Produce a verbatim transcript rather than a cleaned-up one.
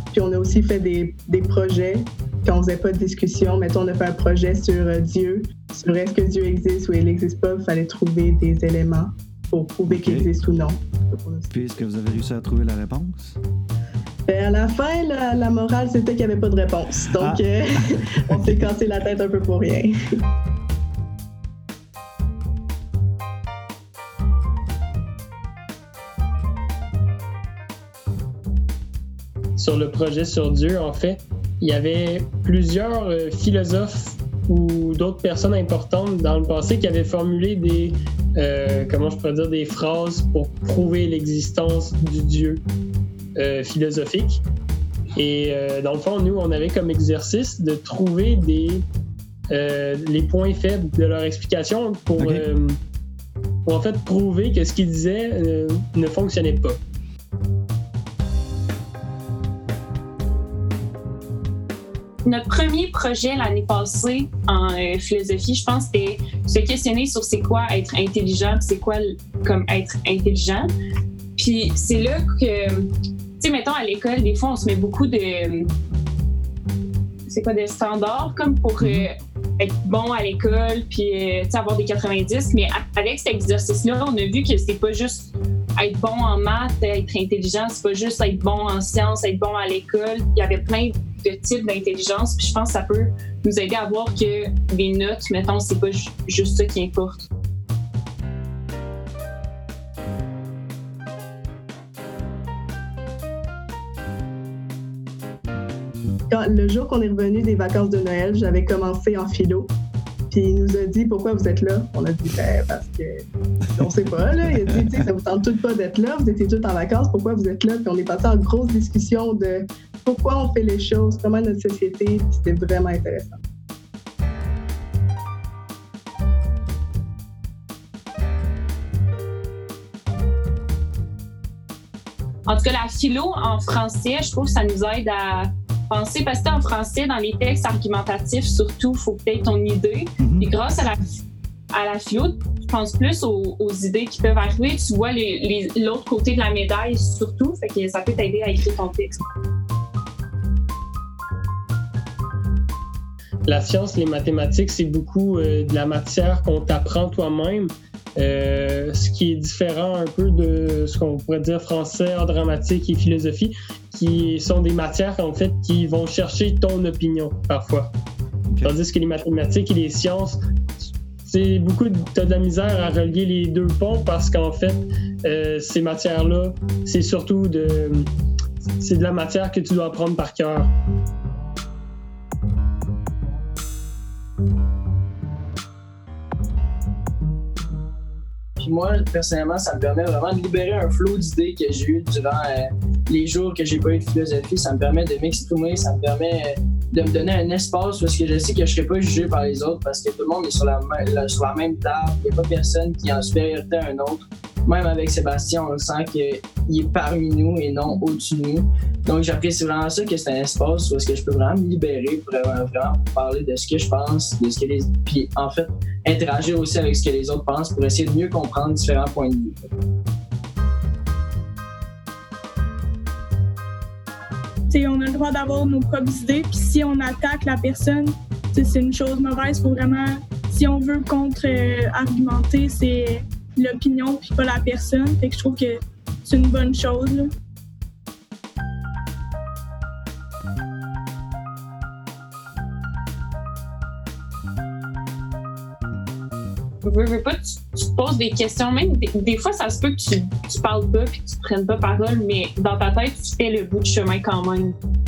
Puis on a aussi fait des, des projets quand on faisait pas de discussion. Mettons, on a fait un projet sur euh, Dieu, sur est-ce que Dieu existe ou il n'existe pas. Il fallait trouver des éléments pour prouver okay. qu'il existe ou non. Puis est-ce que vous avez réussi à trouver la réponse? Ben à la fin, la, la morale, c'était qu'il n'y avait pas de réponse. Donc, ah. euh, on s'est cassé la tête un peu pour rien. Sur le projet sur Dieu, en fait, il y avait plusieurs euh, philosophes ou d'autres personnes importantes dans le passé qui avaient formulé des, euh, comment je pourrais dire, des phrases pour prouver l'existence du Dieu euh, philosophique. Et euh, dans le fond, nous, on avait comme exercice de trouver des, euh, les points faibles de leur explication pour, okay. euh, pour en fait prouver que ce qu'ils disaient euh, ne fonctionnait pas. Notre premier projet l'année passée en euh, philosophie, je pense, c'était se questionner sur c'est quoi être intelligent, c'est quoi comme être intelligent. Puis c'est là que, tu sais, mettons à l'école, des fois on se met beaucoup de, c'est quoi, des standards comme pour euh, être bon à l'école, puis euh, tu sais, avoir des quatre-vingt-dix. Mais avec cet exercice-là, on a vu que c'est pas juste être bon en maths, être intelligent, c'est pas juste être bon en sciences, être bon à l'école. Il y avait plein de types d'intelligence, puis je pense que ça peut nous aider à voir que les notes, mettons, c'est pas ju- juste ça qui importe. Quand, le jour qu'on est revenu des vacances de Noël, j'avais commencé en philo. Puis il nous a dit pourquoi vous êtes là. On a dit ben, parce que on sait pas là. Il a dit ça vous tente toutes pas d'être là. Vous étiez tous en vacances. Pourquoi vous êtes là? Puis on est passé en grosse discussion de pourquoi on fait les choses, comment notre société. Puis c'était vraiment intéressant. En tout cas, la philo en français, je trouve que ça nous aide à penser, parce que en français, dans les textes argumentatifs, surtout, il faut peut-être ton idée. Mm-hmm. Et grâce à la, à la philo, tu penses plus aux, aux idées qui peuvent arriver. Tu vois les, les, l'autre côté de la médaille, surtout. Fait que ça peut t'aider à écrire ton texte. La science, les mathématiques, c'est beaucoup euh, de la matière qu'on t'apprend toi-même. Euh, ce qui est différent un peu de ce qu'on pourrait dire français, art dramatique et philosophie, qui sont des matières en fait qui vont chercher ton opinion parfois. Okay. Tandis que les mathématiques et les sciences, c'est beaucoup, t'as de la misère à relier les deux ponts parce qu'en fait, euh, ces matières-là, c'est surtout de, c'est de la matière que tu dois apprendre par cœur. Moi, personnellement, ça me permet vraiment de libérer un flot d'idées que j'ai eu durant euh, les jours que j'ai pas eu de philosophie. Ça me permet de m'exprimer, ça me permet euh, de me donner un espace parce que je sais que je serai pas jugé par les autres parce que tout le monde est sur la, la, sur la même table. Il n'y a pas personne qui est en supériorité à un autre. Même avec Sébastien, on sent qu'il est parmi nous et non au-dessus de nous. Donc, j'apprécie vraiment ça, que c'est un espace où est-ce que je peux vraiment me libérer pour vraiment, vraiment parler de ce que je pense, de ce que les... Puis, en fait, interagir aussi avec ce que les autres pensent pour essayer de mieux comprendre différents points de vue. T'sais, on a le droit d'avoir nos propres idées, puis si on attaque la personne, c'est une chose mauvaise. Faut vraiment, si on veut contre-argumenter, c'est l'opinion puis pas la personne. Fait que je trouve que c'est une bonne chose, là. Veux, veux pas, tu, tu te poses des questions, même des, des fois ça se peut que tu, tu parles pas puis que tu prennes pas parole, mais dans ta tête tu fais le bout de chemin quand même.